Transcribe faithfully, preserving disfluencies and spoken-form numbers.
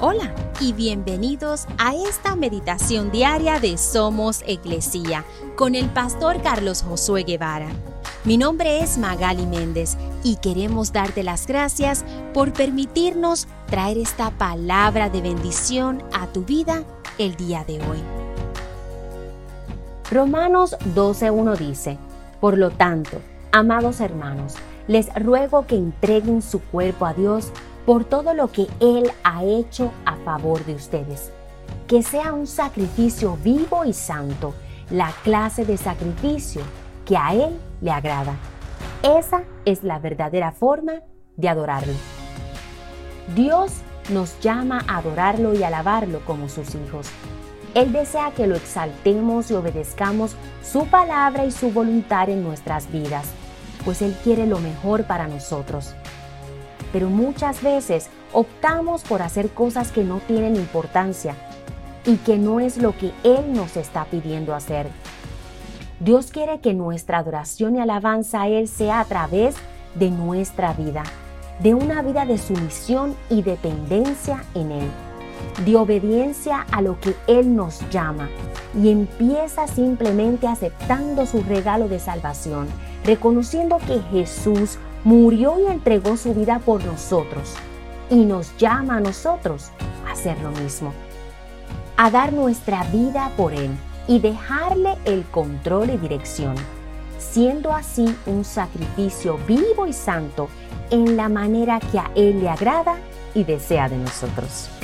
Hola y bienvenidos a esta meditación diaria de Somos Iglesia con el pastor Carlos Josué Guevara. Mi nombre es Magali Méndez y queremos darte las gracias por permitirnos traer esta palabra de bendición a tu vida el día de hoy. Romanos doce uno dice: Por lo tanto, amados hermanos, les ruego que entreguen su cuerpo a Dios por todo lo que Él ha hecho a favor de ustedes. Que sea un sacrificio vivo y santo, la clase de sacrificio que a Él le agrada. Esa es la verdadera forma de adorarlo. Dios nos llama a adorarlo y alabarlo como sus hijos. Él desea que lo exaltemos y obedezcamos su palabra y su voluntad en nuestras vidas, pues Él quiere lo mejor para nosotros. Pero muchas veces optamos por hacer cosas que no tienen importancia y que no es lo que Él nos está pidiendo hacer. Dios quiere que nuestra adoración y alabanza a Él sea a través de nuestra vida, de una vida de sumisión y dependencia en Él, de obediencia a lo que Él nos llama, y empieza simplemente aceptando su regalo de salvación, reconociendo que Jesús murió y entregó su vida por nosotros y nos llama a nosotros a hacer lo mismo, a dar nuestra vida por Él y dejarle el control y dirección, siendo así un sacrificio vivo y santo en la manera que a Él le agrada y desea de nosotros.